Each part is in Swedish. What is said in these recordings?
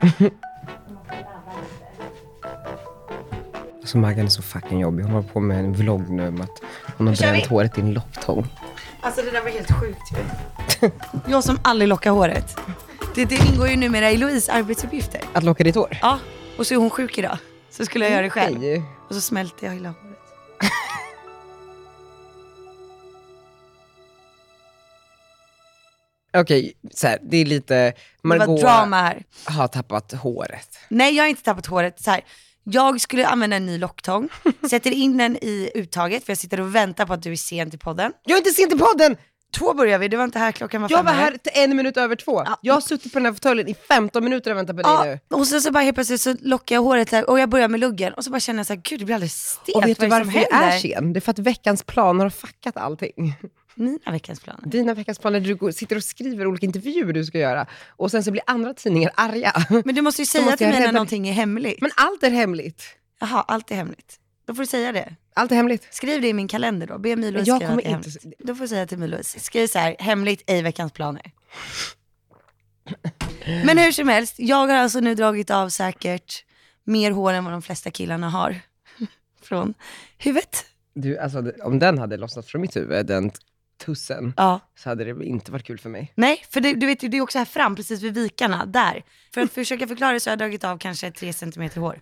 Alltså Maggan är så fucking jobbig. Hon håller på med en vlogg nu om att hon har bränt håret i en locktång. Alltså det där var helt sjukt ju. Jag som aldrig lockar håret. Det ingår ju numera i Louise arbetsuppgifter. Att locka ditt hår? Ja, och så är hon sjuk idag. Så skulle jag göra det själv. Nej. Och så smälter jag hela håret. Okej, så här, det är lite... Margot det var drama här. Har tappat håret. Nej, jag har inte tappat håret. Så här, jag skulle använda en ny locktång. Sätter in den i uttaget. För jag sitter och väntar på att du är sen till podden. Jag är inte sen till podden! 2 börjar vi, det var inte här klockan var 5. Jag var här till 1 minut över 2. Ja. Jag har suttit på den här fåtöljen i 15 minuter och väntat på dig nu. Och så bara helt plötsligt så lockar jag håret här och jag börjar med luggen. Och så bara känner jag så här, gud det blir alldeles stelt. Och vet du varför jag är sen? sen? Det är för att veckans planer har fuckat allting. Mina veckans planer? Dina veckans planer, du sitter och skriver olika intervjuer du ska göra. Och sen så blir andra tidningar arga. Men du måste ju säga till mig när någonting är hemligt. Men allt är hemligt. Jaha, allt är hemligt. Då får du säga det. Allt är hemligt. Skriv det i min kalender då. Be Milo skriva att det är hemligt. Då får du säga till Milo. Skriv så här, hemligt, ej veckans planer. Men hur som helst, jag har alltså nu dragit av säkert mer hår än vad de flesta killarna har. Från huvudet. Du, alltså, om den hade lossnat från mitt huvud, den tussen, så hade det inte varit kul för mig. Nej, för du vet ju, det är också här fram, precis vid vikarna, där. För att försöka förklara det så har jag dragit av kanske 3 centimeter hår.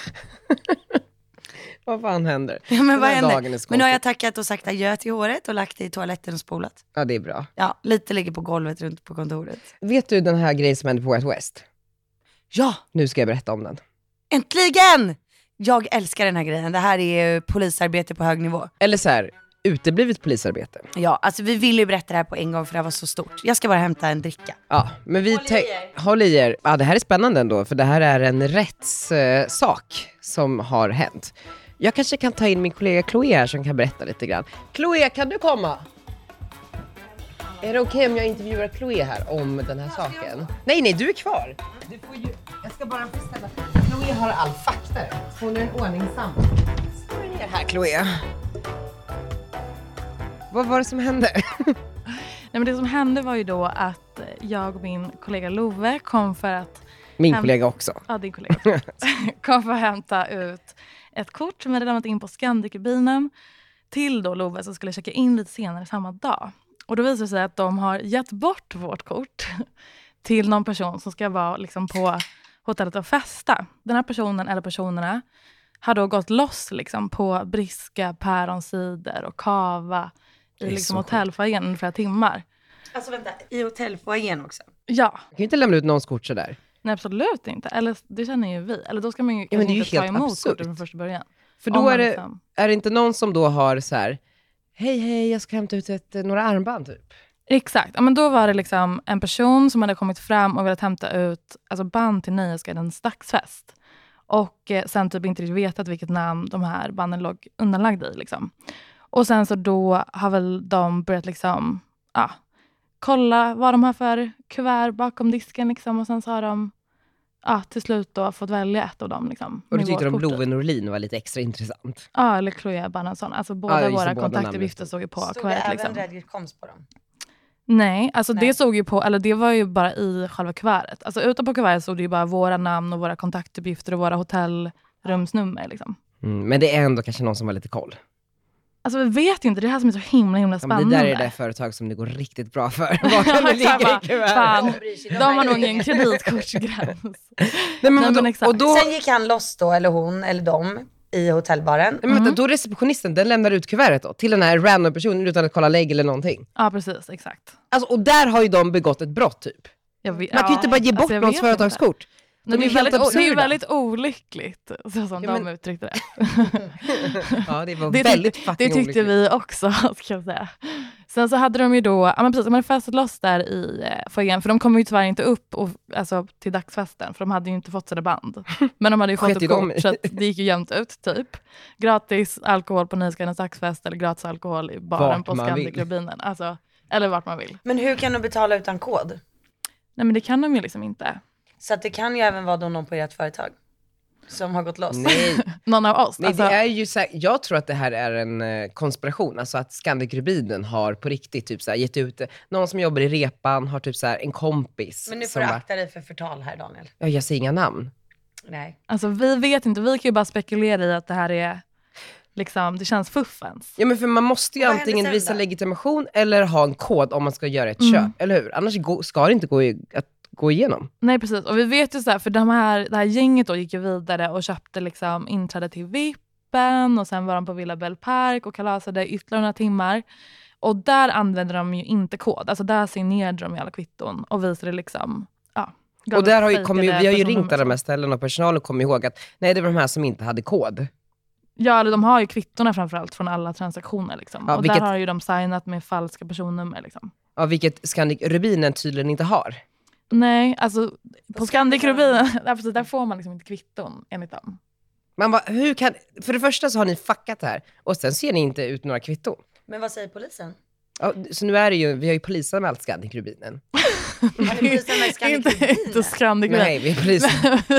Vad fan händer? Ja, men vad händer? Men nu har jag tackat och sagt adjö till håret och lagt det i toaletten och spolat. Ja, det är bra. Ja, lite ligger på golvet runt på kontoret. Vet du den här grejen som hände på West West? Ja! Nu ska jag berätta om den. Äntligen! Jag älskar den här grejen. Det här är polisarbete på hög nivå. Eller så här, uteblivet polisarbete. Ja, alltså vi vill ju berätta det här på en gång för det här var så stort. Jag ska bara hämta en dricka. Ja, men vi håll i er. Ja, det här är spännande ändå, för det här är en rättssak som har hänt. Jag kanske kan ta in min kollega Chloé här som kan berätta lite grann. Chloé, kan du komma? Är det okej om jag intervjuar Chloé här om den här saken? Nej, du är kvar. Du får ju... Jag ska bara beställa. Chloé har all fakta. Hon är en ordningsam. Står ner här, Chloé. Vad var det som hände? Nej, men det som hände var ju då att jag och min kollega Love kom för att... Min kollega också. Ja, din kollega. Kom för att hämta ut ett kort som hade lämnat in på Scandic-bilen till då Love som skulle checka in lite senare samma dag. Och då visade det sig att de har gett bort vårt kort till någon person som ska vara liksom på hotellet och festa. Den här personen eller personerna har då gått loss liksom på briska päronsider och kava i liksom hotellfoajén i flera timmar. Alltså vänta, i hotellfoajén också? Ja. Jag kan ju inte lämna ut någons kort sådär. Nej, absolut inte. Eller det känner ju vi. Eller då ska man ju, men det är ju inte ta helt emot absurt. kortet från första början. För då är det inte någon som då har så här: hej, jag ska hämta ut några armband typ. Exakt. Ja, men då var det liksom en person som hade kommit fram och velat hämta ut alltså band till Nöjesguidens dagsfest. Och sen typ inte riktigt vetat vilket namn de här banden låg undanlagda i liksom. Och sen så då har väl de börjat liksom, kolla vad de har för kuvert bakom disken liksom. Och sen så har de till slut då fått välja ett av dem liksom. Och du tyckte de Love Norlin var lite extra intressant? Ja, eller Chloé Bernhardsson. Alltså båda våra kontaktuppgifter stod ju på kuvertet liksom. Stod det även Redgert på dem? Nej, alltså det såg ju på, eller det var ju bara i själva kuvertet. Alltså utanpå kuvertet stod det ju bara våra namn och våra kontaktuppgifter och våra hotellrumsnummer liksom. Men det är ändå kanske någon som har lite koll. Alltså vi vet ju inte, det här som är så himla spännande. Men det där är det företag som det går riktigt bra för. Vad kan det ligga i kuvertet? De har nog ingen kreditkortsgräns. Sen gick han loss då, eller hon, eller de i hotellbaren. Men då receptionisten, den lämnar ut kuvertet då till den här random personen utan att kolla lägg eller någonting. Ja, precis, exakt. Alltså, och där har ju de begått ett brott typ. Man kan ju inte bara ge bort någons företagskort. Det är ju väldigt olyckligt, så som de uttryckte det. Ja, det var väldigt fucking det tyckte vi också, ska jag säga. Sen så hade de ju då, de hade festat loss där i foajén, för de kom ju tyvärr inte upp alltså, till dagsfesten, för de hade ju inte fått sina band. Men de hade ju fått ett kort, så att det gick ju jämnt ut typ. Gratis alkohol på Nöjesguidens dagsfest, eller gratis alkohol i baren på Scandic-rubinen. Alltså, eller vart man vill. Men hur kan de betala utan kod? Nej, men det kan de ju liksom inte. Så att det kan ju även vara någon på ert företag. som har gått loss. Nej. Någon av oss. Nej, det är ju så här, jag tror att det här är en konspiration. Alltså att Scandic Rubinen har på riktigt typ så här, gett ut, någon som jobbar i repan har typ så här, en kompis. Men nu får du akta dig för förtal här, Daniel. Ja, jag säger inga namn. Nej. Alltså vi vet inte, vi kan ju bara spekulera i att det här är liksom, det känns fuffens. Ja, men för man måste ju antingen visa legitimation eller ha en kod om man ska göra ett köp, eller hur? Annars ska det inte gå igenom. Nej, precis. Och vi vet ju så här, för det här gänget då gick ju vidare och köpte liksom inträde till Vippen och sen var de på Villa Belle Park och kalasade ytterligare några timmar. Och där använder de ju inte kod. Alltså där signerade de i alla kvitton och visade liksom, och där har vi har ju ringt alla de här ställen och personalen kommer ihåg att nej, det var de här som inte hade kod. Ja, eller de har ju kvittorna framförallt från alla transaktioner liksom. Ja, och där har ju de signat med falska personnummer liksom. Ja, vilket Scandic Rubinen tydligen inte har. Nej, alltså på Scandic Rubinen, där får man liksom inte kvitton enligt dem. Man bara, hur kan, för det första så har ni fuckat det här och sen ser ni inte ut några kvitton. Men vad säger polisen? Ja, så nu är det ju, vi har ju polisanmält Scandic Rubinen. Har ni polisanmält Scandic Rubinen? Inte Scandic Rubinen. Nej, vi är polisen.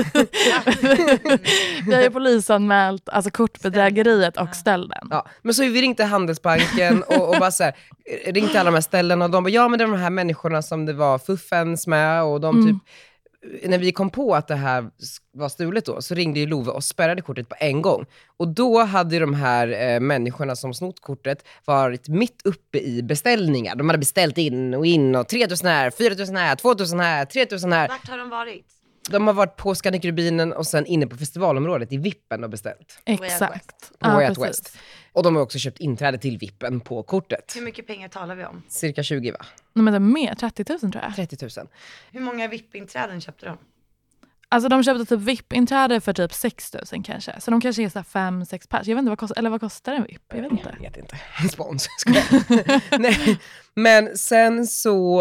Vi har ju polisanmält alltså kortbedrägeriet och stölden. Ja, men så vi ringde Handelsbanken och bara så här, ringde alla de här ställena och de bara, ja men det är de här människorna som det var fuffens med och de typ, när vi kom på att det här var stulet då, så ringde ju Love och spärrade kortet på en gång. Och då hade de här människorna som snott kortet varit mitt uppe i beställningar. De hade beställt in och 3000 här, 4000 här, 2000 här, 3000 här. Vart har de varit? De har varit på Scandic Rubinen och sen inne på festivalområdet i Vippen och beställt. Exakt. På Way Out West. Och de har också köpt inträde till Vippen på kortet. Hur mycket pengar talar vi om? Cirka 20, va? Nej, men det är mer, 30 000 tror jag. 30 000. Hur många VIP-inträden köpte de? Alltså de köpte typ VIP-inträde för typ 6 000 kanske. Så de kanske är så 5-6 pers. Jag vet inte, vad kostar en VIP? Jag vet inte. Spons. Nej. Men sen så,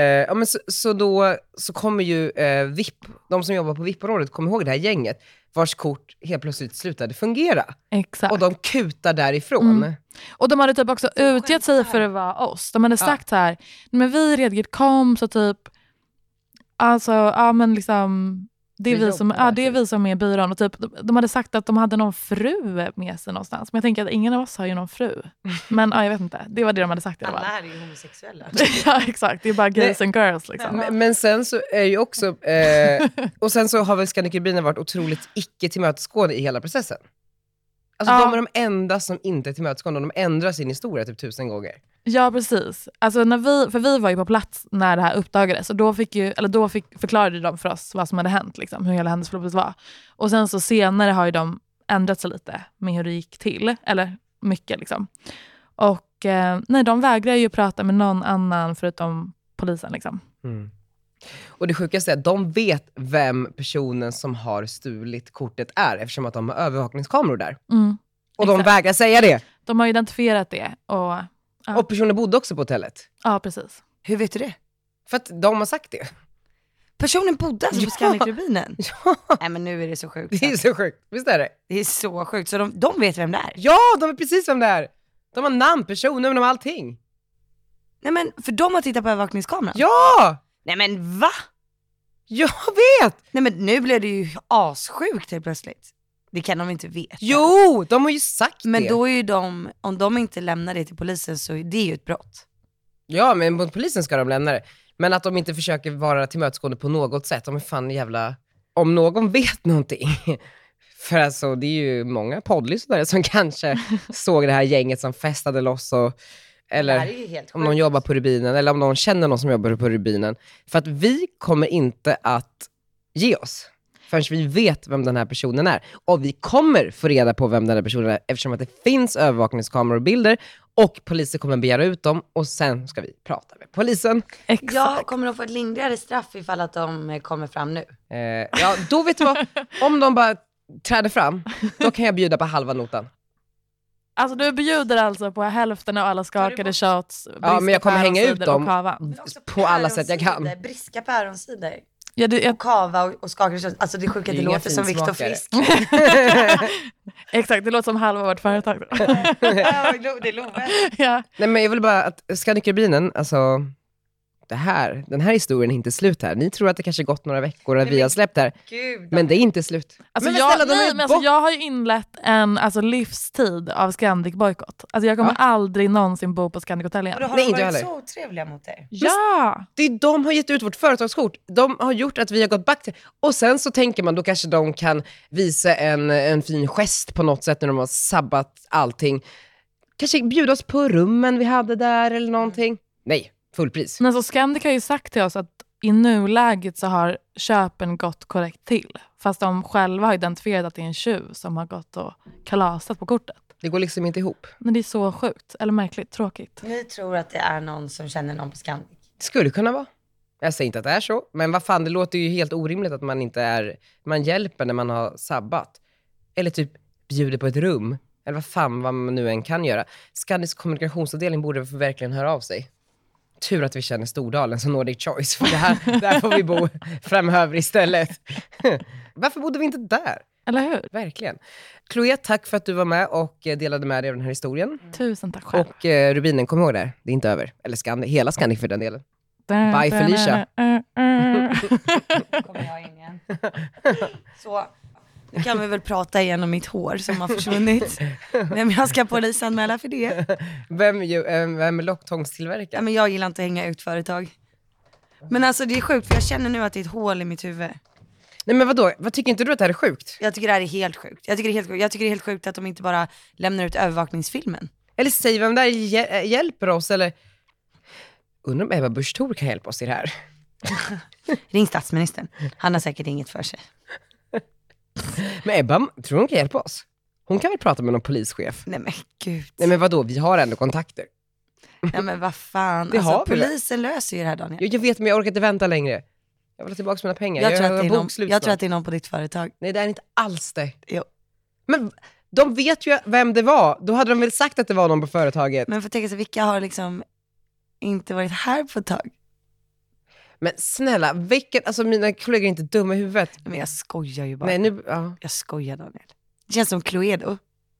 så kommer ju VIP, de som jobbar på VIP-området kommer ihåg det här gänget vars kort helt plötsligt slutade fungera. Exakt. Och de kutar därifrån. Och de hade typ också utgett sig för att vara oss. De hade sagt så här, men vi Redgert kom så typ, alltså, ja men liksom, det är vi som är i byrån. Och typ, de hade sagt att de hade någon fru med sig någonstans. Men jag tänker att ingen av oss har ju någon fru. Men jag vet inte, det var det de hade sagt. Alla här är ju homosexuella. Ja, exakt. Det är bara gays and girls liksom. Men sen så är ju också, och sen så har väl Scandic Rubinen varit otroligt icke tillmötesgående i hela processen. Alltså de är de enda som inte är tillmötesgående. De ändrar sin historia typ 1000 gånger. Ja, precis. Alltså för vi var ju på plats när det här uppdagades. Och då förklarade de för oss vad som hade hänt, liksom, hur hela händelseförloppet var. Och sen så senare har ju de ändrat sig lite med hur det gick till. Eller mycket liksom. Och nej, de vägrar ju prata med någon annan förutom polisen liksom. Och det sjukaste är att de vet vem personen som har stulit kortet är, eftersom att de har övervakningskameror där. Och de vägrar säga det. De har identifierat det. Och personen bodde också på hotellet. Ja, precis. Hur vet du det? För att de har sagt det. Personen bodde alltså på Scandic Rubinen? Ja. Nej, men nu är det så sjukt. Det är så sjukt, visst är det? Det är så sjukt, så de vet vem det är? Ja, de vet precis vem det är. De har namn, personnummer, de har allting. Nej men, för de har tittat på övervakningskameran? Ja! Nej men va? Jag vet! Nej men nu blev det ju assjukt helt plötsligt. Det kan de inte veta. Jo, de har ju sagt men det. Men då är ju om de inte lämnar det till polisen så är det ju ett brott. Ja, men mot polisen ska de lämna det. Men att de inte försöker vara tillmötesgående på något sätt. De är fan jävla... Om någon vet någonting. För alltså, det är ju många poddlyssnare som kanske såg det här gänget som festade loss och... Eller om någon jobbar på Rubinen, eller om någon känner någon som jobbar på Rubinen. För att vi kommer inte att ge oss förrän vi vet vem den här personen är. Och vi kommer få reda på vem den här personen är, eftersom att det finns övervakningskameror och bilder. Och polisen kommer begära ut dem, och sen ska vi prata med polisen. Exakt. Ja, kommer de få ett lindrigare straff ifall att de kommer fram nu? Ja, då vet du vad, om de bara träder fram, då kan jag bjuda på halva notan. Alltså du bjuder alltså på hälften av alla skakade shots. Ja, men jag kommer hänga ut dem på alla sätt jag kan. Briska päronsidor. Ja, och kava och skakade shots. Alltså det sjuka, det låter som Viktor Frisk. Exakt, det låter som halva vårt företag. Det lovar. Ja. Nej, men jag vill bara att Scandic Rubinen, alltså den här historien är inte slut här. Ni tror att det kanske gått några veckor och vi har släppt här. Men det är inte slut. Alltså Men jag har ju inlett en livstid av Scandic-bojkott. Alltså jag kommer aldrig någonsin bo på Scandic Hotel igen. Och då har de varit så otrevliga mot er. Ja! De har gett ut vårt företagskort. De har gjort att vi har gått back till. Och sen så tänker man, då kanske de kan visa en fin gest på något sätt när de har sabbat allting. Kanske bjuda oss på rummen vi hade där eller någonting. Nej, fullpris. Men så Scandic har ju sagt till oss att i nuläget så har köpen gått korrekt till. Fast de själva har identifierat att det är en tjuv som har gått och kalasat på kortet. Det går liksom inte ihop. Men det är så sjukt, eller märkligt, tråkigt. Ni tror att det är någon som känner någon på Scandic? Det skulle kunna vara. Jag säger inte att det är så. Men vad fan, det låter ju helt orimligt att man hjälper när man har sabbat. Eller typ bjuder på ett rum. Eller vad man nu än kan göra. Scandics kommunikationsavdelning borde verkligen höra av sig. Tur att vi känner Stordalen som Nordic Choice. För där får vi bo framöver istället. Varför bodde vi inte där? Eller hur? Verkligen. Chloé, tack för att du var med och delade med dig av den här historien. Tusen tack själv. Och Rubinen, kom ihåg det. Det är inte över. Eller hela Scandic för den delen. Bye Felicia. Kommer jag in igen. Så... Nu kan vi väl prata igenom mitt hår som har försvunnit. Men jag ska polisanmäla för det. Vem är locktångstillverkare? Ja, men jag gillar inte att hänga ut företag. Men alltså det är sjukt för jag känner nu att det är ett hål i mitt huvud. Nej men vadå? Vad tycker inte du att det här är sjukt? Jag tycker det här är helt sjukt. Jag tycker det är helt sjukt att de inte bara lämnar ut övervakningsfilmen. Eller säg vem där hjälper oss eller... Undrar om Ebba Busch Thor kan hjälpa oss i det här. Ring statsministern. Han har säkert inget för sig. Men Ebba, tror hon kan hjälpa oss? Hon kan väl prata med någon polischef? Nej men gud. Nej men vadå, vi har ändå kontakter. Nej men vad fan. Det alltså, har vi polisen löser ju det här, Daniel. Jag vet, men jag orkar inte vänta längre. Jag vill ha tillbaka mina pengar. Jag tror att det är någon på ditt företag. Nej det är inte alls det. Jo. Men de vet ju vem det var. Då hade de väl sagt att det var någon på företaget. Men för att tänka sig, vilka har liksom inte varit här på ett tag? Men snälla, alltså mina kollegor är inte dumma i huvudet. Men jag skojar ju bara. Nej, nu, ja. Jag skojar, Daniel. Det känns som Cluedo.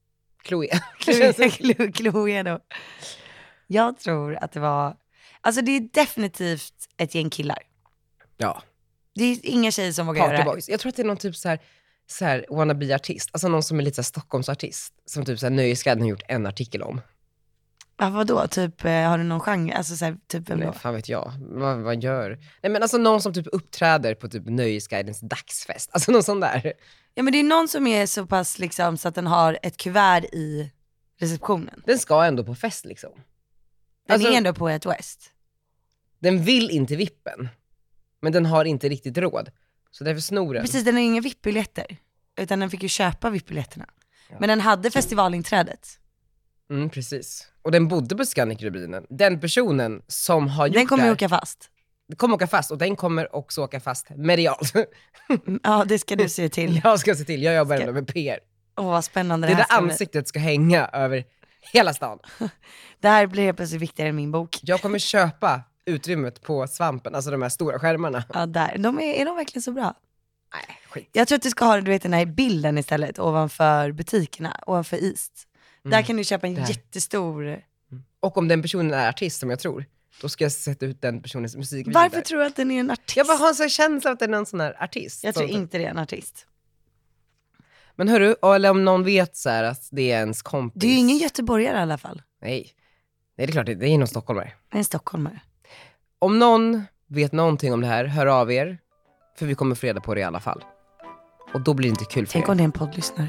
Chloé. Jag tror att det var... Alltså det är definitivt ett gäng killar. Ja. Det är inga tjejer som vågar göra det här. Jag tror att det är någon typ så här wannabe-artist. Alltså någon som är lite så här Stockholmsartist. Som typ så här Nöjesguiden har gjort en artikel om. Ja, vadå? Typ, har du någon genre? Alltså så här, typ vem då? Nej, fan vet jag. Vad gör? Nej men alltså någon som typ uppträder på typ Nöjesguidens dagsfest. Alltså någon sån där. Ja men det är någon som är så pass liksom så att den har ett kuvert i receptionen. Den ska ändå på fest liksom. Den alltså, är ändå på ett West. Den vill inte vippen. Men den har inte riktigt råd. Så därför snor den. Precis, den har inga VIP-biljetter. Utan den fick ju köpa VIP-biljetterna. Ja. Men den hade festivalinträdet. Precis. Och den bodde på Scandic-rubinen. Den personen som har gjort det. Den kommer åka fast. Den kommer åka fast och den kommer också åka fast medialt. Ja, det ska du se till. Jag ska se till, jag jobbar ändå med PR. Åh, vad spännande det här där ansiktet ska hänga över hela stan. Det här blir helt plötsligt viktigare än min bok. Jag kommer köpa utrymmet på Svampen, alltså de här stora skärmarna. Ja, där. Är de verkligen så bra? Nej, skit. Jag tror att du ska ha, du vet, den här bilden istället ovanför butikerna, ovanför East. Där kan du köpa en jättestor... Och om den personen är artist som jag tror, då ska jag sätta ut den personens musikvideo. Varför tror du att den är en artist? Jag bara har en sån känsla att den är en sån här artist. Jag tror inte det är en artist. Men hörru, eller om någon vet så här att det är ens kompis. Det är ju ingen göteborgare i alla fall. Nej, det är klart, det är någon stockholmare. Det är en stockholmare. Om någon vet någonting om det här, hör av er. För vi kommer få reda på det i alla fall. Och då blir det inte kul för Tänk er. om det är en poddlyssnare.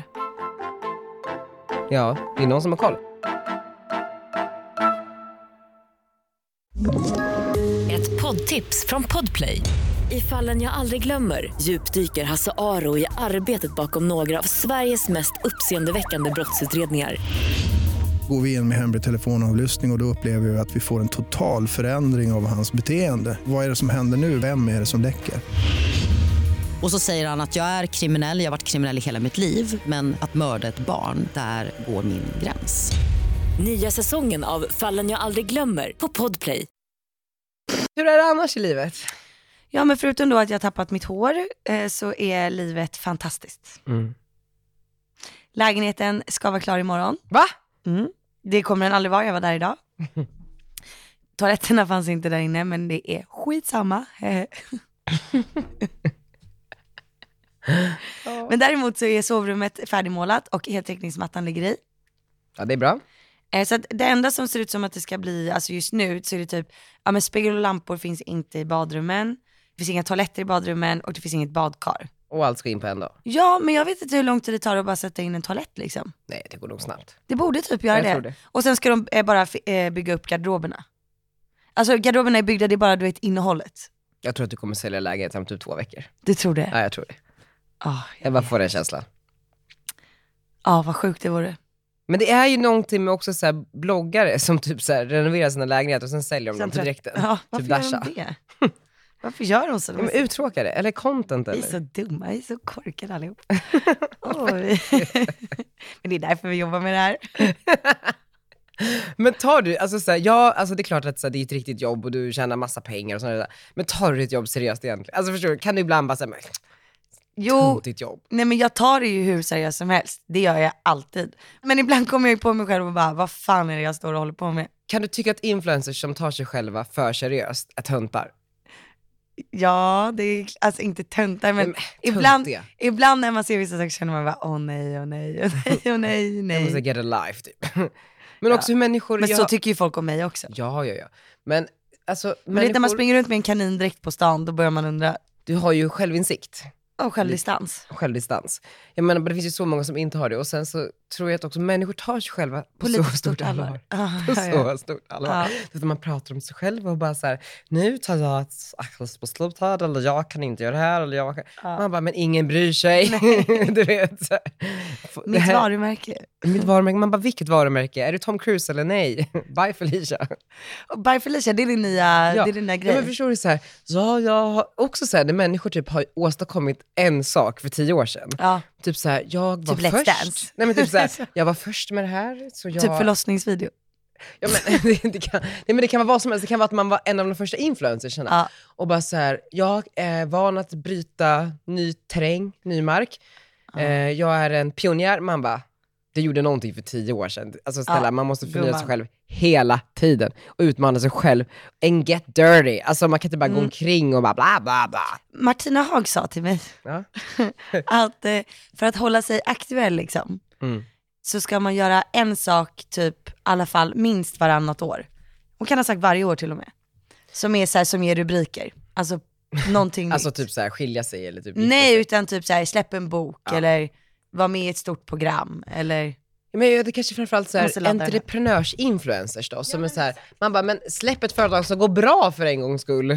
Ja, det är någon som har koll. Ett poddtips från Podplay. I Fallen jag aldrig glömmer djupdyker Hasse Aro i arbetet bakom några av Sveriges mest uppseendeväckande brottsutredningar. Går vi in med hemlig telefonavlyssning och då upplever vi att vi får en total förändring av hans beteende. Vad är det som händer nu? Vem är det som läcker? Och så säger han att jag är kriminell, jag har varit kriminell i hela mitt liv. Men att mörda ett barn, där går min gräns. Nya säsongen av Fallen jag aldrig glömmer på Podplay. Hur är det annars i livet? Ja, men förutom då att jag har tappat mitt hår så är livet fantastiskt. Lägenheten ska vara klar imorgon. Va? Det kommer den aldrig vara, jag var där idag. Toaletterna fanns inte där inne, men det är skitsamma. Men däremot så är sovrummet färdigmålat och heltäckningsmattan ligger i. Ja, det är bra. Så att det enda som ser ut som att det ska bli, alltså just nu så är det typ, ja men spegel och lampor finns inte i badrummen. Det finns inga toaletter i badrummen och det finns inget badkar. Och allt ska in på en dag. Ja, men jag vet inte hur lång tid det tar att bara sätta in en toalett liksom. Nej, det går nog snabbt. Det borde typ göra Jag tror det. det. Och sen ska de bara bygga upp garderoberna. Alltså garderoberna är byggda, det är bara du vet innehållet. Jag tror att du kommer sälja lägenhet om typ 2 veckor. Du tror det? Ja, jag tror det. Oh, Jag bara får den känslan. Ja, vad sjukt det vore. Men det är ju någonting med också så här bloggare som typ så här renoverar sina lägenheter och sen säljer de dem på direkten. Ja, varför typ gör Dasha. de det? Varför gör de så? De är uttråkade, eller content Vi är eller? så dumma, vi är så korkade allihop. Men det är därför vi jobbar med det här. Men tar du, alltså, så här, ja, alltså det är klart att så här, det är ett riktigt jobb och du tjänar massa pengar och sånt där. Men tar du ditt jobb seriöst egentligen? Alltså förstår du, kan du ibland bara säga, Jo, ditt jobb? nej men jag tar det ju hur seriöst som helst. Det gör jag alltid. Men ibland kommer jag ju på mig själv och bara, vad fan är det jag står och håller på med? Kan du tycka att influencers som tar sig själva för seriöst är töntar? Ja, det är alltså inte töntar, men ibland när man ser vissa saker känner man bara, åh nej, åh nej, åh nej, åh nej, Jag måste nej. get a life typ. Men också hur människor... Men så tycker ju folk om mig också. Ja. Men alltså, Men det är när man springer runt med en kanin direkt på stan, då börjar man undra. Du har ju självinsikt. Och självdistans. Självdistans. Jag menar, det finns ju så många som inte har det. Och sen så tror jag att också människor tar sig själva på lite så stort allvar. På så stort allvar. Ja. Så man pratar om sig själv och bara så här, nu tar jag ett aktiebeslut här, eller jag kan inte göra det här, eller jag kan... Man bara, men ingen bryr sig. Du vet. Så här. Mitt varumärke. Mitt varumärke. Man bara, vilket varumärke? Är du Tom Cruise eller nej? Bye Felicia. Bye Felicia, det är din nya, det är din nya grej. Ja, men förstår du så här, ja, jag har också så här, när människor typ har åstadkommit en sak för 10 år sedan. Ja. Typ så här, jag var Typ Let's först. Dance. Nej men typ så här, jag var först med det här. Så jag... Typ förlossningsvideo. Ja, men, det kan vara vad som helst. Det kan vara att man var en av de första influencersarna. Ja. Och bara så här, jag är van att bryta ny terräng, ny mark. Jag är en pionjär. Man bara, det gjorde någonting för 10 år sedan. Alltså snälla, man måste förnya sig själv hela tiden. Och utmana sig själv. And get dirty. Alltså man kan inte bara gå omkring och bara bla bla bla. Martina Haag sa till mig att för att hålla sig aktuell liksom, så ska man göra en sak typ i alla fall minst varannat år. Hon kan ha sagt varje år till och med. Som är så här, som ger rubriker. Alltså någonting Alltså nytt. typ så här, skilja sig eller typ Nej, utan typ så här, släpp en bok eller vara med i ett stort program eller... Men det kanske framförallt så Måste här, ladda entreprenörsinfluencers då, som är så här, man bara, men släpp ett företag som går bra för en gångs skull.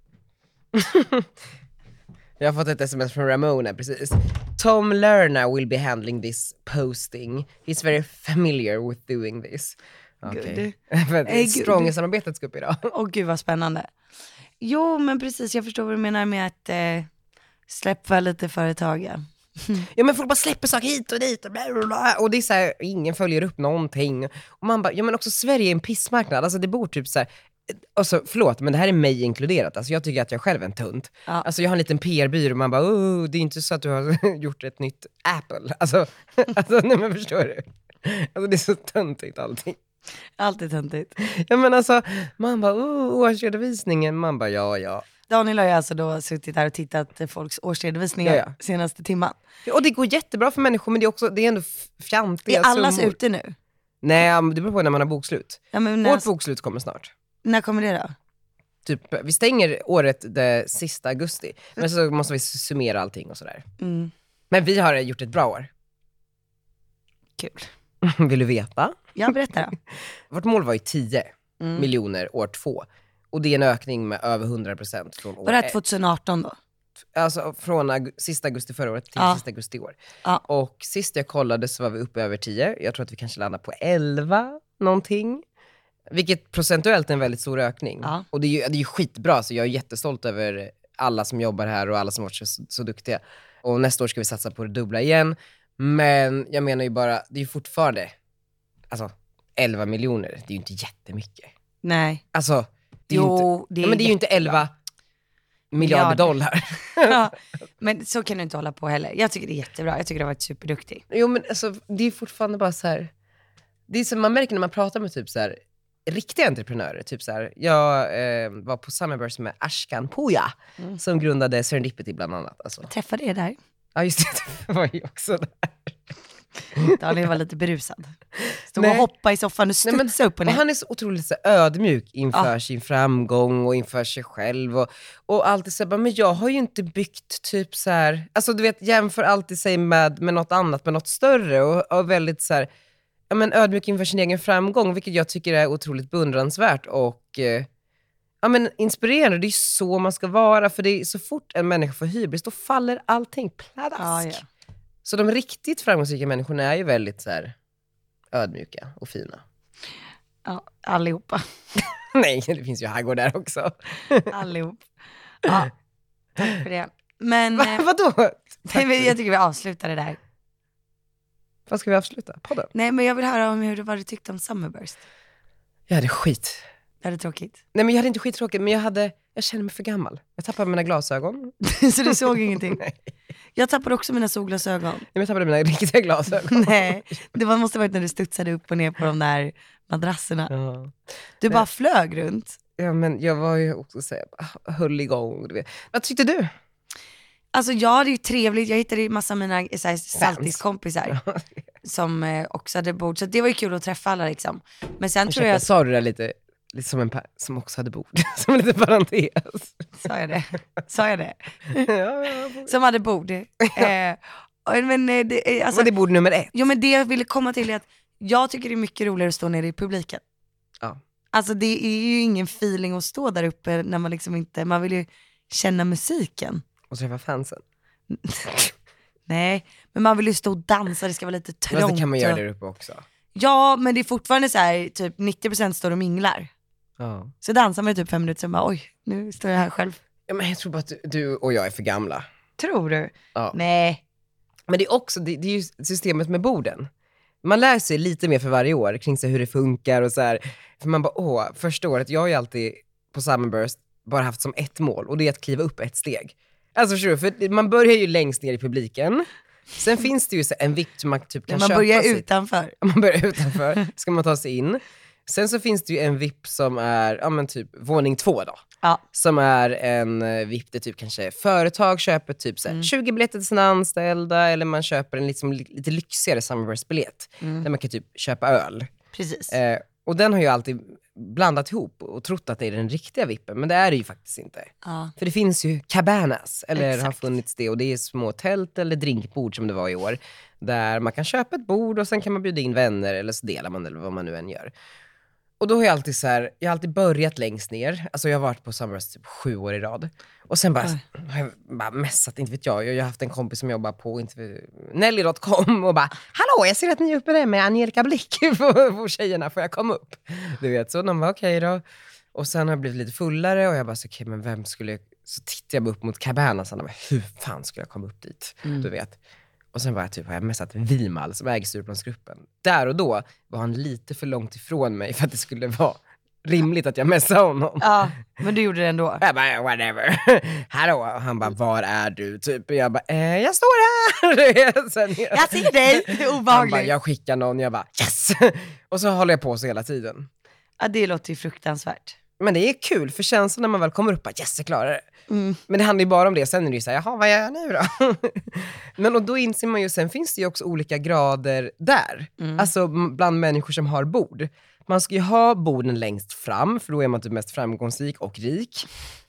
Jag har fått ett sms från Ramona precis. Tom Lerner will be handling this posting. He's very familiar with doing this. Okej. Okay. Strong i samarbetet ska upp idag. Åh gud vad spännande. Jo men precis, jag förstår vad du menar med att släppa lite företag. Ja men folk bara släpper saker hit och dit och bla bla bla. Och det är så här, ingen följer upp någonting. Och man bara, ja men också Sverige är en pissmarknad. Alltså det bor typ så här. Alltså förlåt, men det här är mig inkluderat. Alltså jag tycker att jag själv är en tunt. Alltså jag har en liten PR-byrå och man bara, det är inte så att du har gjort ett nytt Apple. Alltså nej men förstår du? Alltså det är så töntigt allting. Alltid töntigt. Ja men alltså, man bara, årsredovisningen. Man bara, ja. Daniel har ju alltså då suttit här och tittat på folks årsredovisningar senaste timman. Och det går jättebra för människor, men det är ändå fjantiga Är allas summor. ute nu? Nej, det beror på när man har bokslut. Ja, men Vårt bokslut kommer snart. När kommer det då? Typ, vi stänger året det sista augusti. Men så måste vi summera allting och sådär. Men vi har gjort ett bra år. Kul. Vill du veta? Ja, berätta då. Vårt mål var ju 10 miljoner år 2. Och det är en ökning med över 100% från år 1. Var det 2018 då? Alltså från sista augusti förra året till sista augusti i år. Och sist jag kollade så var vi uppe över 10. Jag tror att vi kanske landar på 11 någonting. Vilket procentuellt är en väldigt stor ökning. Och det är ju skitbra, så jag är jättestolt över alla som jobbar här och alla som varit så duktiga. Och nästa år ska vi satsa på det dubbla igen. Men jag menar ju bara, det är ju fortfarande alltså 11 miljoner, det är ju inte jättemycket. Nej. Alltså, det är men det är ju inte 11 miljarder dollar. Ja, men så kan du inte hålla på heller. Jag tycker det är jättebra, jag tycker det har varit superduktig. Jo men alltså, det är fortfarande bara så här. Det är som man märker när man pratar med typ så här riktiga entreprenörer. Typ så här, jag var på Summerburst med Ashkan Puja som grundade Serendipity bland annat. Alltså. Jag träffade er där. Ja just det var ju också där. Daniel var lite berusad. Stod och hoppade i soffan och studsade upp och ner. Och han är så otroligt så ödmjuk inför sin framgång och inför sig själv. Och alltid så här, men jag har ju inte byggt typ så här. Alltså du vet, jämför alltid sig med något annat, med något större. Och väldigt så här, ja, men ödmjuk inför sin egen framgång. Vilket jag tycker är otroligt beundransvärt och ja, men inspirerande. Det är så man ska vara. För det är så fort en människa får hybris, då faller allting pladask. Så de riktigt framgångsrika människorna är ju väldigt så här ödmjuka och fina. Ja, allihopa. Nej, det finns ju Haggård där också. Allihop. Ja, tack för det. Men vadå? Jag tycker vi avslutar det där. Vad ska vi avsluta? Podden? Nej, men jag vill höra om vad du tyckte om Summerburst. Jag hade skit. Det hade tråkigt. Nej, men jag hade inte skittråkigt, men jag kände mig för gammal. Jag tappade mina glasögon. Så du såg ingenting? Nej. Jag tappade också mina solglasögon. Nej, men jag tappade mina riktiga glasögon. Nej, det måste varit när du studsade upp och ner på de där madrasserna. Ja. Du bara flög runt. Ja, men jag var ju också så här, höll igång. Du vet. Vad tyckte du? Alltså jag hade ju trevligt, jag hittade ju massa av mina saltiskompisar som också hade bord. Så det var ju kul att träffa alla liksom. Men sen tror jag... Sa du det lite som en som också hade bord. Som en liten parentes. Sa jag det? Ja. Som hade bord. Men det, alltså, var det bord nummer 1? Jo, men det jag ville komma till är att jag tycker det är mycket roligare att stå nere i publiken. Ja. Alltså det är ju ingen feeling att stå där uppe när man liksom inte, man vill ju känna musiken. Och träffa fansen. Nej, men man vill ju stå och dansa, det ska vara lite trångt. Men det kan man göra där uppe också. Ja, men det är fortfarande så här, typ 90% står och minglar. Ja. Så dansar man ju typ 5 minuter, så bara oj, nu står jag här själv. Ja, men jag tror bara att du och jag är för gamla. Tror du? Ja. Nej. Men det är också, det är ju systemet med borden. Man lär sig lite mer för varje år kring så hur det funkar och så här. För man bara, första året, jag har ju alltid på Summerburst bara haft som ett mål, och det är att kliva upp ett steg. Alltså för man börjar ju längst ner i publiken. Sen finns det ju så en vikt som man typ kan köpa. Man börjar utanför. Man börjar utanför, ska man ta sig in. Sen så finns det ju en VIP som är, ja men typ våning 2 då. Ja. Som är en VIP där typ kanske företag köper typ så här 20 biljetter till sina anställda, eller man köper en liksom lite lyxigare Summerburst-biljett där man kan typ köpa öl. Precis. Och den har ju alltid blandat ihop och trott att det är den riktiga vippen, men det är det ju faktiskt inte. Ja. För det finns ju cabanas, eller Exakt. har funnits det, och det är små tält eller drinkbord som det var i år, där man kan köpa ett bord och sen kan man bjuda in vänner, eller så delar man, eller vad man nu än gör. Och då har jag alltid så här, jag har alltid börjat längst ner. Alltså jag har varit på Summerburst typ 7 år i rad. Och sen bara har jag bara messat, inte vet jag. Jag har haft en kompis som jobbar på Nelly.com och bara, hallå, jag ser att ni är uppe där med Angelica Blick på tjejerna, får jag komma upp? Du vet, så de var okej då. Och sen har jag blivit lite fullare och jag bara, okej, men vem skulle jag... Så tittar jag upp mot Cabanas och bara, hur fan skulle jag komma upp dit? Du vet. Och sen var jag typ, har jag messat Vimal som äger Stureplansgruppen. Där och då var han lite för långt ifrån mig för att det skulle vara rimligt att jag messade honom. Ja, men du gjorde det ändå. Jag bara, whatever. Hallå, och han bara, var är du? Typ. Och jag bara, jag står här. Sen, jag ser dig, det är obehagligt. Han bara, jag skickar någon, jag bara, yes. Och så håller jag på så hela tiden. Ja, det låter ju fruktansvärt. Men det är kul, för känslan när man väl kommer upp att yes, jag klarar det. Men det handlar ju bara om det. Sen är det ju såhär, jaha, vad gör jag nu då? Men och då inser man ju, sen finns det ju också olika grader där. Alltså bland människor som har bord. Man ska ju ha borden längst fram, för då är man typ mest framgångsrik och rik.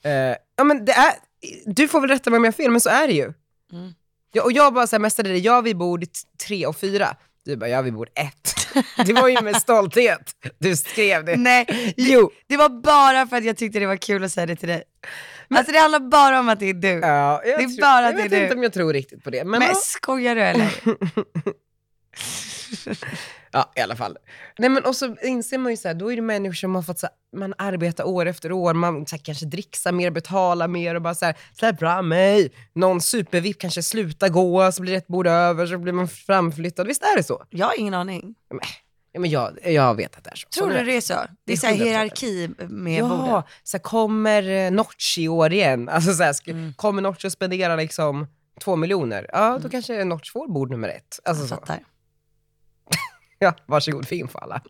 Ja, men det är, du får väl rätta mig om jag har fel, men så är det ju. Ja, och jag bara såhär mästade det, jag vid bord 3 och 4. Du bara, jag vid bord 1. Det var ju med stolthet du skrev det. Nej, jo. Det var bara för att jag tyckte det var kul att säga det till dig. Alltså det handlar bara om att det är du. Ja, det är bara att det är du. Jag vet inte om jag tror riktigt på det. Men skojar du eller? Ja, i alla fall. Nej, men och så inser man ju så här, då är det människor som har fått så här, man arbetar år efter år, man så här, kanske dricksar mer, betalar mer och bara så här, släpp fram mig. Någon supervipp kanske slutar gå, så blir det ett bord över, så blir man framflyttad. Visst är det så? Jag har ingen aning. Men jag vet att det är så. Tror du det är så? Det är så här hierarki med borden. Ja, så här, kommer Notch i år igen? Alltså så här, kommer Notch att spendera liksom 2 miljoner? Ja, då kanske Notch får bord nummer 1. Alltså jag så. fattar. Ja, varsågod för info alla.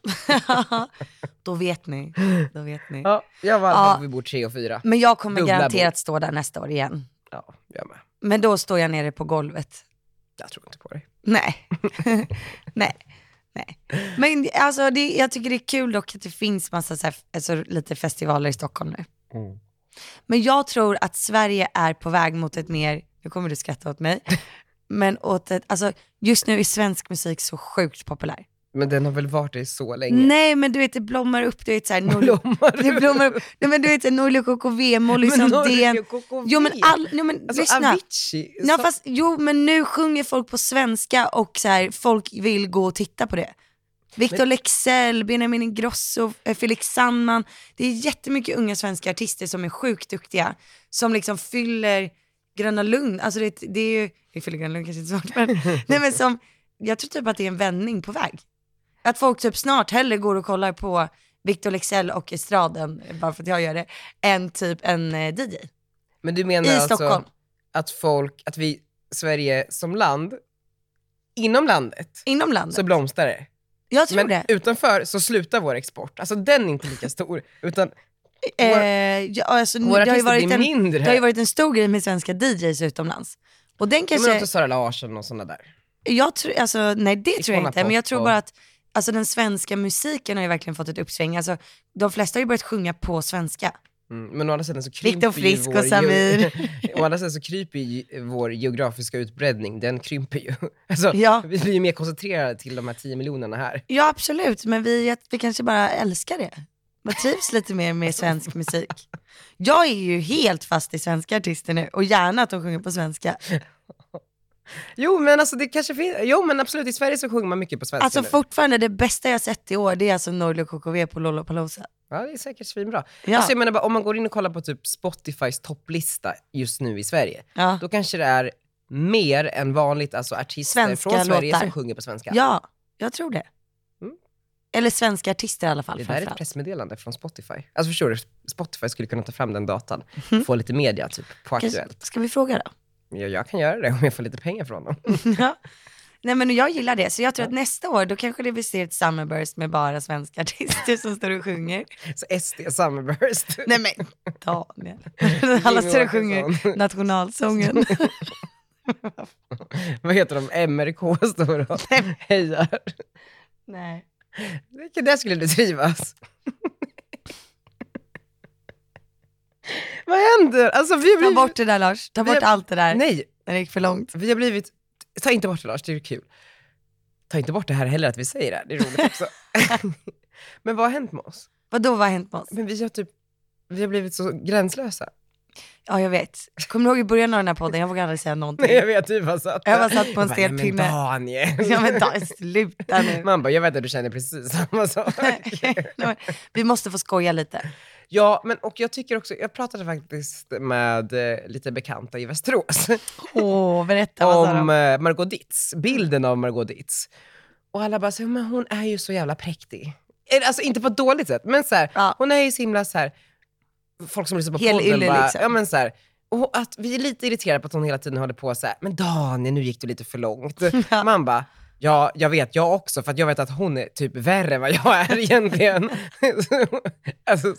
Då vet ni. Ja, jag var vid bord 3 och 4. Men jag kommer Dubbla garanterat stå där nästa år igen. Ja, jag med. Men då står jag nere på golvet. Jag tror inte på dig. Nej. Nej. Men alltså jag tycker det är kul dock att det finns massa så här, alltså, lite festivaler i Stockholm nu. Men jag tror att Sverige är på väg mot ett mer, nu kommer du skratta åt mig, men åt ett, alltså just nu är svensk musik så sjukt populär. Men den har väl varit det så länge? Nej, men du vet, det blommar upp, du vet såhär, det blommar upp. Nej, men du vet, Norli KKV, Molly Sandén. Jo men alltså, lyssna. Avicii. Ja, fast, men nu sjunger folk på svenska och så här, folk vill gå och titta på det. Victor Leksell, Benjamin Ingrosso, Felix Sandman. Det är jättemycket unga svenska artister som är sjukt duktiga. Som liksom fyller Gröna Lund. Alltså det är ju, jag fyller Gröna Lund kanske inte svårt, men, nej, men som, jag tror typ att det är en vändning på väg. Att folk typ snart hellre går och kollar på Victor Leksell och estraden, bara för att jag gör det, än typ en DJ. Men du menar i alltså Stockholm. att vi, Sverige som land, inom landet så blomstrar det. Jag tror men det. utanför så slutar vår export. Alltså den är inte lika stor, utan alltså, våra artister blir mindre. Det har ju varit en stor grej med svenska DJs utomlands. Och den kanske... Men också Sara Larsson och sådana där. Jag tror, alltså, nej det tror jag inte, men jag tror och... bara att alltså, den svenska musiken har ju verkligen fått ett uppsving. Alltså, de flesta har ju börjat sjunga på svenska. Men å andra sidan så kryper Victor Frisk och Samir. Å andra sidan så kryper ju vår geografiska utbredning, den krymper ju. Alltså, ja. Vi blir ju mer koncentrerade till de här 10 miljonerna här. Ja absolut, men vi kanske bara älskar det. Man trivs lite mer med svensk musik. Jag är ju helt fast i svenska artister nu, och gärna att de sjunger på svenska. Jo men alltså det kanske finns, jo men absolut i Sverige så sjunger man mycket på svenska. Alltså nu. Fortfarande det bästa jag sett i år, det är alltså Norli KKV på Lollapalooza. Ja det är säkert svinbra. Ja. Alltså jag menar bara, om man går in och kollar på typ Spotifys topplista just nu i Sverige, då kanske det är mer än vanligt alltså artister svenska från Sverige låtar som sjunger på svenska. Ja, jag tror det. Eller svenska artister i alla fall. Det där är ett pressmeddelande från Spotify. Alltså förstår du, Spotify skulle kunna ta fram den datan, få lite media typ på Aktuellt. Ska vi fråga då? Ja, jag kan göra det om jag får lite pengar från dem. Ja. Nej men jag gillar det, så jag tror att nästa år då kanske det blir ett Summerburst med bara svenska artister som står och sjunger. Så SD Summerburst. Nej men, Daniel. Alla står och sjunger nationalsången. Vad heter de? MRK står och hejar. Nej. Vilket där skulle du trivas. Vad händer? Alltså, Ta bort det där Lars, ta bort allt det där. Nej. Det gick för långt. Vi har blivit, ta inte bort det Lars, det är kul. Ta inte bort det här heller att vi säger det, det är roligt också. Men vad har hänt med oss? Vad har hänt med oss? Men vi har blivit så gränslösa. Ja jag vet. Kommer du ihåg i början av den här podden, jag vågar aldrig säga någonting. Nej jag vet, du var satt. Jag var satt på en stel pinne. Men Daniel. Ja men Daniel, sluta nu. Man bara, jag vet att du känner precis samma sak. Vi måste få skoja lite. Ja, men och jag tycker också, jag pratade faktiskt med lite bekanta i Västerås. Berätta om Margot Dietz, bilden av Margot Dietz. Och alla bara så, men hon är ju så jävla präktig. Alltså inte på ett dåligt sätt, men så här, hon är ju så himla så här, folk som lyssnar på podden bara, liksom. Ja men så här, och att vi är lite irriterade på att hon hela tiden håller på så här, men Daniel, nu gick du lite för långt. Man bara, ja, jag vet, jag också, för att jag vet att hon är typ värre än vad jag är egentligen. Alltså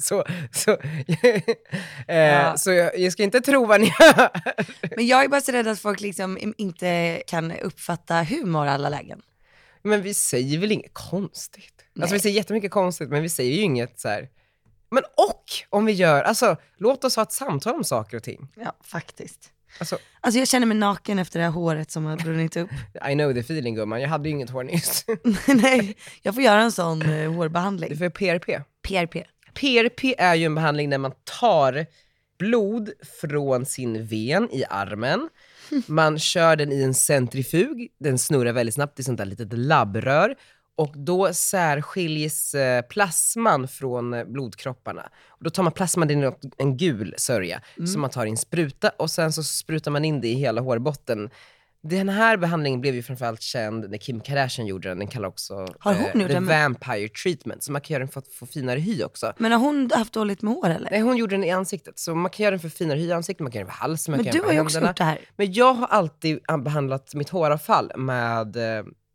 så jag ska inte tro vad ni gör. Men jag är bara så rädd att folk liksom inte kan uppfatta humor i alla lägen. Men vi säger väl inget konstigt? Nej. Alltså vi säger jättemycket konstigt, men vi säger ju inget så här. Men och om vi gör, alltså låt oss ha ett samtal om saker och ting. Ja, faktiskt. Alltså jag känner mig naken efter det här håret som har brunnit upp. I know the feeling gumman, jag hade ju inget hår nyss. Nej, jag får göra en sån hårbehandling. Du får PRP. PRP. PRP är ju en behandling där man tar blod från sin ven i armen. Man kör den i en centrifug, den snurrar väldigt snabbt i sånt där litet labbrör. Och då särskiljs plasman från blodkropparna. Och då tar man plasman in i en gul sörja som man tar i en spruta. Och sen så sprutar man in det i hela hårbotten. Den här behandlingen blev ju framförallt känd när Kim Kardashian gjorde den. Den kallar också The Vampire Treatment. Så man kan göra den för att få finare hy också. Men har hon haft dåligt med hår eller? Nej, hon gjorde den i ansiktet. Så man kan göra den för finare hy i ansiktet, man kan göra den för halsen. Men du har ju också gjort det här. Men jag har alltid behandlat mitt håravfall med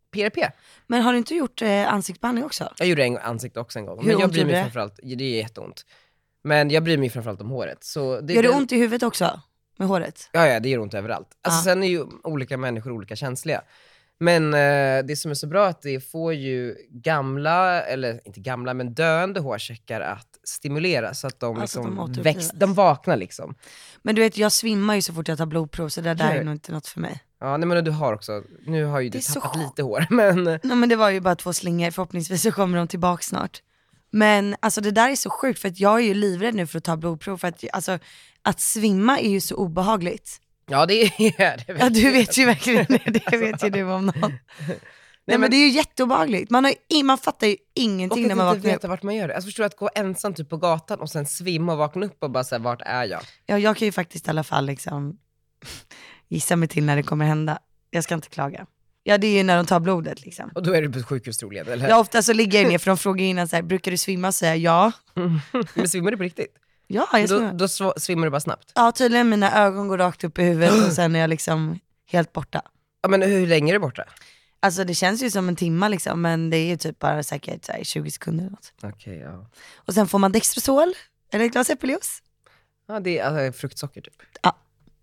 PRP. Men har du inte gjort ansiktsbehandling också? Jag gjorde ansikte också en gång. Hur men jag ont bryr mig gjorde det? framförallt, det är jätteont. Men jag bryr mig framförallt om håret. Så Gör det ont i huvudet också? Med håret? Ja, det gör ont överallt. Alltså sen är ju olika människor olika känsliga. Men det som är så bra är att det får ju gamla, eller inte gamla, men döende hårsäckar att stimulera så att de liksom de vaknar liksom. Men du vet, jag svimmar ju så fort jag tar blodprov, så det där är nog inte något för mig. Ja, nej, men du har också, nu har ju du tappat lite hår, men... Nej, men det var ju bara 2 slingor, förhoppningsvis så kommer de tillbaka snart. Men alltså det där är så sjukt, för att jag är ju livrädd nu för att ta blodprov, för att alltså, att svimma är ju så obehagligt. Ja, det är det. Ja, du vet ju verkligen det vet ju du om någon. Nej, men det är ju jätteobehagligt. Man fattar ju ingenting när man vaknar upp. Och veta vart man gör det. Alltså förstår du, att gå ensam typ på gatan och sen svimma och vakna upp och bara säga, vart är jag? Ja, jag kan ju faktiskt i alla fall liksom gissa mig till när det kommer hända. Jag ska inte klaga. Ja, det är ju när de tar blodet liksom. Och då är du på sjukhus troligen, eller? Ja, ofta så ligger jag ner, för de frågar innan så här, brukar du svimma? Så säger jag ja. Men svimmar du på riktigt? Ja, jag svimmar. Då svimmar du bara snabbt? Ja, tydligen mina ögon går rakt upp i huvudet och sen är jag liksom helt borta. Ja, men hur länge är du borta? Alltså det känns ju som en timma liksom, men det är ju typ bara säkert så här, 20 sekunder eller något. Okej, ja. Och sen får man Dextrosol, eller ett glas äppeljuice. Ja, det är alltså fruktsocker typ. Ja.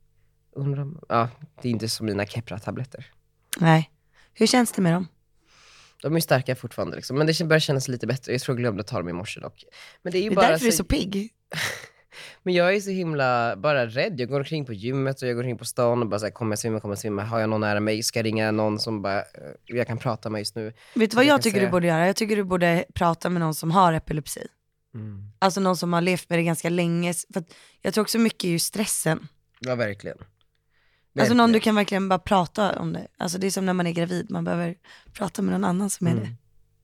Ja, det är inte som mina Keppra-tabletter. Nej. Hur känns det med dem? De är ju starka fortfarande liksom, men det börjar kännas lite bättre. Jag tror jag glömde ta dem i morse dock. Men det är ju det är bara därför du är så pigg. Men jag är så himla bara rädd. Jag går omkring på gymmet och jag går omkring på stan och bara så här, kommer jag svimma? Har jag någon nära mig? Ska jag ringa någon som bara, jag kan prata med just nu? Vet du vad jag tycker du borde göra? Jag tycker du borde prata med någon som har epilepsi. Alltså någon som har levt med det ganska länge. För att jag tror också mycket är ju stressen. Ja, verkligen. Alltså någon du kan verkligen bara prata om det. Alltså det är som när man är gravid, man behöver prata med någon annan som är det.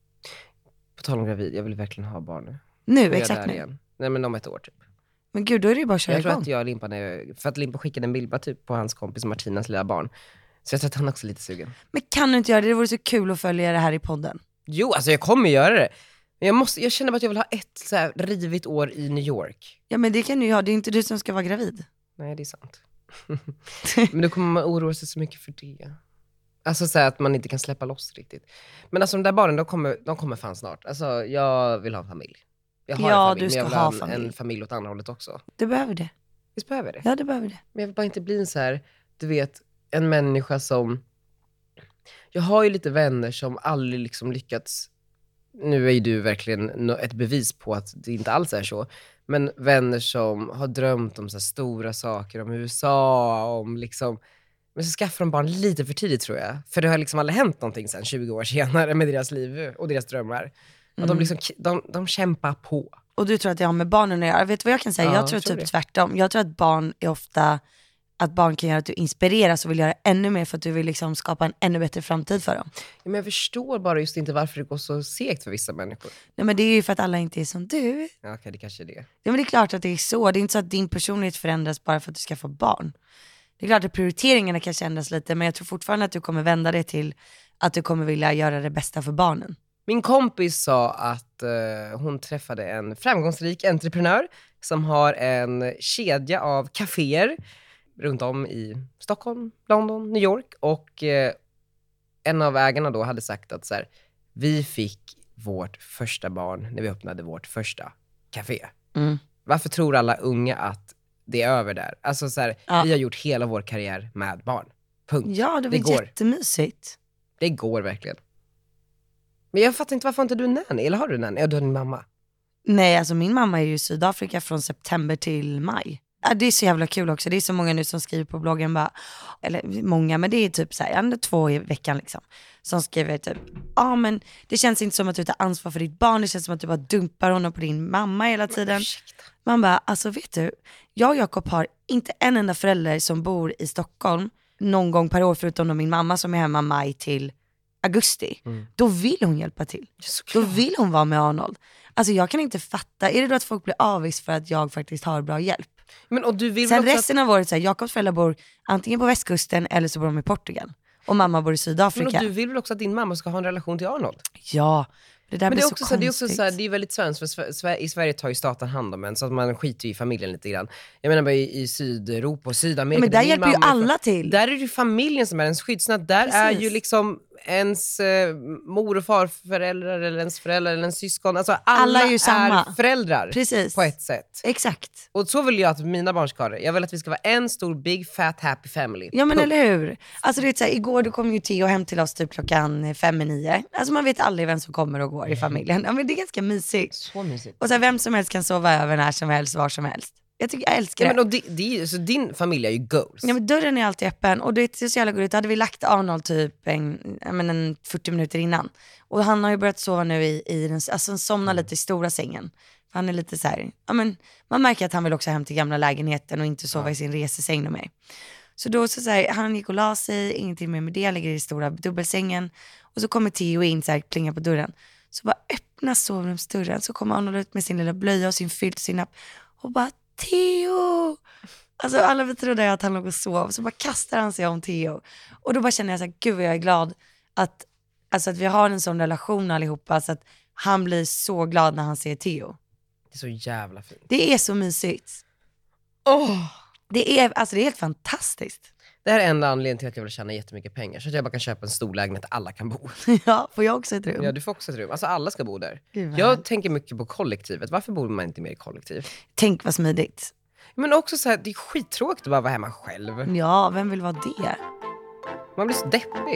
På tal om gravid, jag vill verkligen ha barn nu. Nu, exakt nu. Igen. Nej, men om ett år typ. Men gud, då är det ju bara att köra igång. Jag tror att jag och Limpa, för att Limpa skickade en bild typ på hans kompis Martinas lilla barn. Så jag tror att han också är lite sugen. Men kan du inte göra det? Det vore så kul att följa det här i podden. Jo, alltså jag kommer göra det. Men jag känner bara att jag vill ha ett så här rivigt år i New York. Ja, men det kan du ju ha. Det är inte du som ska vara gravid. Nej, det är sant. Men då kommer man oroa sig så mycket för det. Alltså så här, att man inte kan släppa loss riktigt. Men alltså de där barnen, de kommer fan snart. Alltså jag vill ha en familj. Jag har en familj, du ska men jag ha vill ha en familj åt andra hållet också. Du behöver det. Visst behöver det? Ja, det behöver det. Men jag vill bara inte bli en så här, du vet, en människa som... Jag har ju lite vänner som aldrig liksom lyckats... Nu är ju du verkligen ett bevis på att det inte alls är så. Men vänner som har drömt om så här stora saker, om USA, om liksom... Men så skaffar de barn lite för tidigt, tror jag. För det har liksom aldrig hänt någonting sen 20 år senare med deras liv och deras drömmar. Och de, liksom, de kämpar på. Och du tror att det har med barnen att göra? Vet du vad jag kan säga? Ja, jag tror typ tvärtom. Jag tror att barn är ofta... Att barn kan göra att du inspireras och vill göra ännu mer för att du vill liksom skapa en ännu bättre framtid för dem. Ja, men jag förstår bara just inte varför det går så segt för vissa människor. Nej, men det är ju för att alla inte är som du. Ja, okej, det kanske är det. Ja, men det är klart att det är så. Det är inte så att din personlighet förändras bara för att du ska få barn. Det är klart att prioriteringarna kanske ändras lite, men jag tror fortfarande att du kommer vända det till att du kommer vilja göra det bästa för barnen. Min kompis sa att hon träffade en framgångsrik entreprenör som har en kedja av kaféer runt om i Stockholm, London, New York. Och en av ägarna då hade sagt att så här, vi fick vårt första barn när vi öppnade vårt första café. Varför tror alla unga att det är över där? Alltså så här, vi har gjort hela vår karriär med barn. Punkt. Ja, det var jättemysigt. Det går verkligen. Men jag fattar inte, varför inte du är nanny? Eller har du nanny? Ja, du har din mamma. Nej, alltså min mamma är ju i Sydafrika från september till maj. Ja, det är så jävla kul också. Det är så många nu som skriver på bloggen bara, eller många, men det är typ så här, 2 i veckan liksom, som skriver typ, men det känns inte som att du tar ansvar för ditt barn, det känns som att du bara dumpar honom på din mamma hela tiden. Man bara, alltså vet du, jag och Jakob har inte en enda förälder som bor i Stockholm någon gång per år, förutom då min mamma som är hemma maj till augusti. Då vill hon hjälpa till. Då vill hon vara med Arnold. Alltså jag kan inte fatta, är det då att folk blir avvis för att jag faktiskt har bra hjälp? Men, och du vill sen resten av året så här, Jakobs föräldrar bor antingen på västkusten eller så bor de i Portugal. Och mamma bor i Sydafrika. Men och du vill väl också att din mamma ska ha en relation till Arnold? Ja, det där men blir det är också så det är konstigt. också så här, det är väldigt svenskt, för i Sverige tar ju staten hand om en, så att man skiter ju i familjen lite grann. Jag menar bara i Sydeuropa och Sydamerika. Men där hjälper ju alla till. Där är det ju familjen som är ens skyddsnät. Där är ju liksom ens mor- och farföräldrar eller ens föräldrar eller ens syskon. Alltså alla är ju samma. är föräldrar. Precis. På ett sätt. Exakt. Och så vill jag att mina barn ska ha det. Jag vill att vi ska vara en stor, big, fat, happy family. Ja men eller hur. Alltså det är så här, igår då kom ju Theo hem till oss typ 5:45. Alltså man vet aldrig vem som kommer och går i familjen. Ja men det är ganska mysigt. Så mysigt. Och så här, vem som helst kan sova över när som helst, var som helst. Jag älskar det. Men, och så din familj är ju goals. Ja men dörren är alltid öppen och det är så jävla gulligt. Då hade vi lagt Arnold typ en 40 minuter innan. Och han har ju börjat sova nu i den, alltså somnar lite i stora sängen. Han är lite så här, ja men man märker att han vill också hem till gamla lägenheten och inte sova i sin resesäng med mig. Så då så här, han gick och la sig, ingenting mer med det, ligger i stora dubbelsängen. Och så kommer Theo in så här, plingar på dörren. Så bara öppnar sovrumsdörren, så kommer Arnold ut med sin lilla blöja och sin filt, sin napp. Och bara, Theo! Alltså alla trodde att han låg och sov. Så bara kastar han sig om Theo. Och då bara känner jag så här, gud vad jag är glad att vi har en sån relation allihopa. Så att han blir så glad när han ser Theo. Det är så jävla fint. Det är så mysigt. Det är helt fantastiskt. Det här är enda anledningen till att jag vill tjäna jättemycket pengar. Så att jag bara kan köpa en stor lägenhet där alla kan bo. Ja, får jag också ett rum? Ja, du får också ett rum. Alltså alla ska bo där. Gud, jag tänker mycket på kollektivet. Varför bor man inte mer i kollektiv? Tänk vad smidigt. Men också så här, det är skittråkigt att bara vara hemma själv. Ja, vem vill vara det? Man blir så deppig.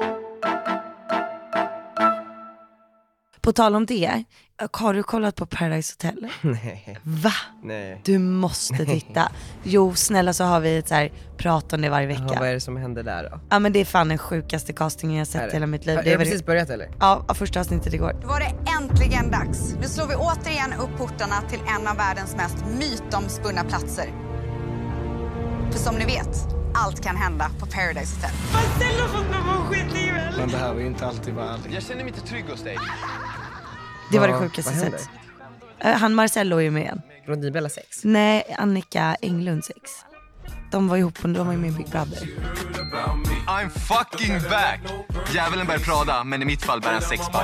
På tal om det, har du kollat på Paradise Hotel? Nej. Va? Nej. Du måste titta. Jo, snälla, så har vi ett så här prat om det varje vecka. Ja, vad är det som händer där då? Ja men det är fan den sjukaste castingen jag sett i hela mitt liv. Har det precis börjat eller? Ja, första avsnittet igår. Då var det äntligen dags. Nu slår vi återigen upp portarna till en av världens mest mytomspunna platser. För som ni vet, allt kan hända på Paradise Hotel. Marcello har fått med på skitlivet. Men det här var inte alltid värdigt. Jag känner mig inte trygg hos dig. Det var det sjukaste jag sett. Han Marcello är ju med igen. Blondinbella 6? Nej, Annika Englund 6. De var ihop och de var ju med i Big Brother. I'm fucking back! Djävulen bär Prada, men i mitt fall bär han sexpack.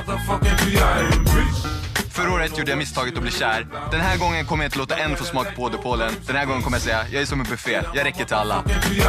Förra året gjorde jag misstaget att bli kär. Den här gången kommer jag inte låta en få smaka på Åderpålen. Den här gången kommer jag säga, jag är som en buffé. Jag räcker till alla.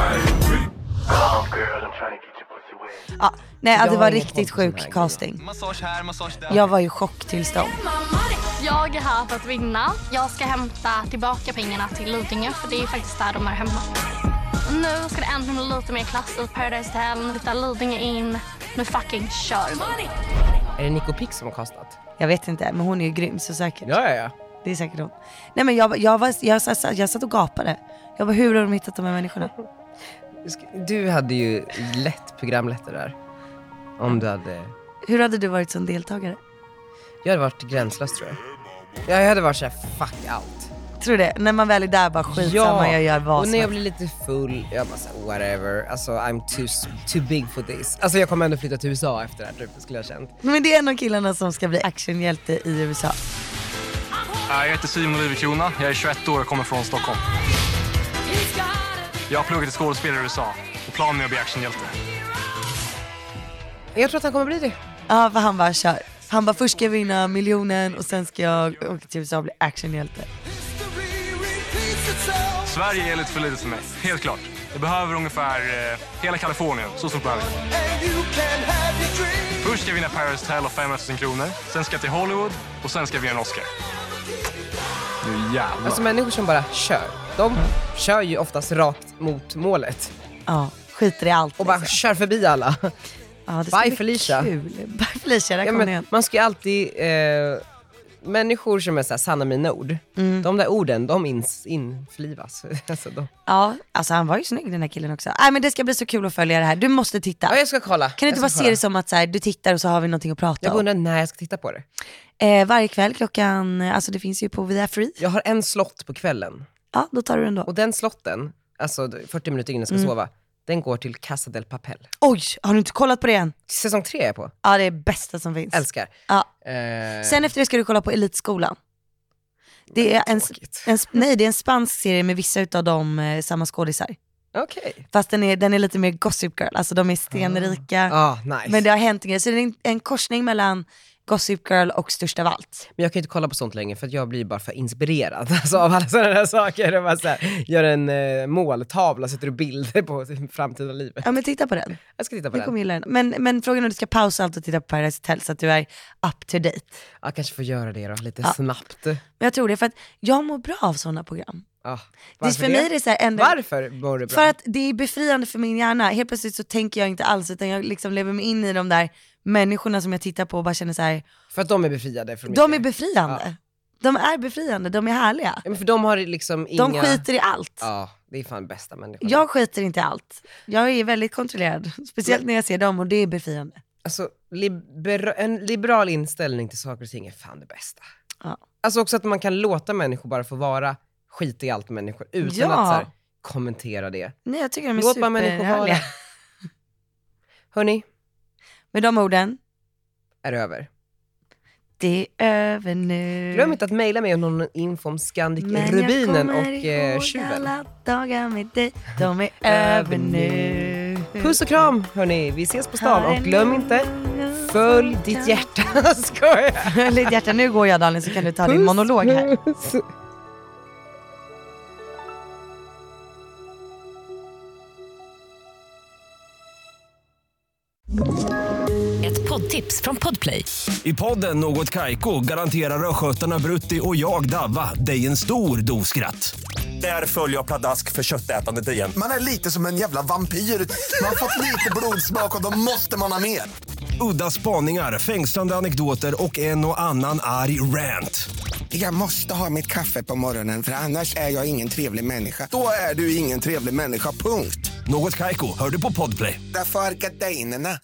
Ja, nej, det var riktigt sjuk casting. Massage här, massage där. Jag var ju chocktillstånd. Jag är här för att vinna. Jag ska hämta tillbaka pengarna till Lidingö, för det är faktiskt där de är hemma. Nu ska det äntligen bli lite mer klass i Paradise Hotel. Lyfta Lidingö in. Nu fucking kör vi. Är det Nico Pix som har kastat? Jag vet inte, men hon är ju grym så säkert. Ja. Det är säkert hon. Nej men jag satt och gapade. Jag bara, hur har de hittat de här människorna? Du hade ju lätt programledare där. Om du hade... Hur hade du varit som deltagare? Jag hade varit gränslös tror jag. Jag hade varit såhär, fuck allt. Tror du det? När man väl är där bara skitsamma, jag gör vad och som. när jag blir lite full, jag bara såhär, whatever. Alltså I'm too big for this. Alltså jag kommer ändå flytta till USA efter det här typ, skulle jag känt. Men det är en av killarna som ska bli actionhjälte i USA. Jag heter Simon Oliverkrona, jag är 21 år och kommer från Stockholm. Jag har pluggat till skådespelare i USA och planen är att bli actionhjälte. Jag tror att han kommer bli det. Ja, för han bara kör. Han bara, först ska jag vinna miljonen och sen ska jag åka till USA och bli actionhjälte. Sverige är lite för litet för mig, helt klart. Jag behöver ungefär hela Kalifornien, så stort behöver jag. Först ska jag vinna Paradise Hotel och 500 000 kronor. Sen ska jag till Hollywood och sen ska jag vinna en Oscar. Nu jävlar. Alltså människor som bara kör. De kör ju oftast rakt mot målet. Ja, skiter i allt. Och bara kör förbi alla. Ja, det Bye Felicia. Kul. Bye Felicia, där kommer igen. Man ska ju alltid... människor som är så här, sanna mina ord. De där orden, de inflivas. Ja, alltså han var ju snygg den här killen också. Nej men det ska bli så kul att följa det här. Du måste titta. Ja, jag ska kolla. Kan du inte bara se det som att så här, du tittar och så har vi någonting att prata om? Jag undrar när jag ska titta på det. Varje kväll klockan, alltså det finns ju på Via Free. Jag har en slott på kvällen. Ja, då tar du den då. Och den slotten, alltså 40 minuter innan jag ska sova, den går till Casa del Papel. Oj, har du inte kollat på det än? Säsong 3 är jag på. Ja, det är bästa som finns. Älskar. Ja. Sen efter det ska du kolla på Elitskolan. Det är det är en spansk serie med vissa utav dem samma skådisar. Okej. Fast den är lite mer Gossip Girl, alltså de är stenrika. Nice. Men det har hänt en grej, så det är en korsning mellan Gossip Girl och Störst av allt. Men jag kan inte kolla på sånt längre för att jag blir bara för inspirerad alltså, av alla sådana här saker. Och bara så här, gör en måltavla, sätter du bilder på sin framtida livet. Ja, men titta på den. Jag ska titta på du den. Kommer gilla den. Men frågan är om du ska pausa allt och titta på Paradise Hotel så att du är up to date. Ja, kanske får göra det då, lite snabbt. Men jag tror det för att jag mår bra av sådana program. Varför för mig är det så här varför mår du bra? För att det är befriande för min hjärna. Helt plötsligt så tänker jag inte alls, utan jag liksom lever mig in i de där människorna som jag tittar på och bara känner så här. För att de är befriade? De är befriande. De är befriande, de är härliga. Ja, men för de har liksom inga... De skiter i allt. Ja, det är fan bästa människan. Jag skiter inte i allt. Jag är väldigt kontrollerad. Speciellt när jag ser dem och det är befriande. Alltså, en liberal inställning till saker och ting är fan det bästa. Ja. Alltså också att man kan låta människor bara få vara skit i allt människor utan att så här, kommentera det. Nej, jag tycker de är låt bara människor vara. Hörni, med de orden är det över. Det är över nu. Glöm inte att mejla mig om någon info om Scandic Rubinen och tjuven. Alla dagar med dig, de är över nu. Puss och kram hörni, vi ses på stan och glöm inte, följ ditt hjärta. Skojar. Följ ditt hjärta, nu går jag Daniel så kan du ta din monolog här. Ett poddtips från Podplay. I podden Något Kaiko garanterar röskötarna Brutti och jag Davva dig en stor doskratt. Där följer jag pladask för köttätandet igen. Man är lite som en jävla vampyr. Man har fått lite blodsmak och då måste man ha mer. Udda spaningar, fängslande anekdoter och en och annan arg rant. Jag måste ha mitt kaffe på morgonen för annars är jag ingen trevlig människa. Då är du ingen trevlig människa, punkt. Något Kaiko, hör du på Podplay. Därför är gardinerna.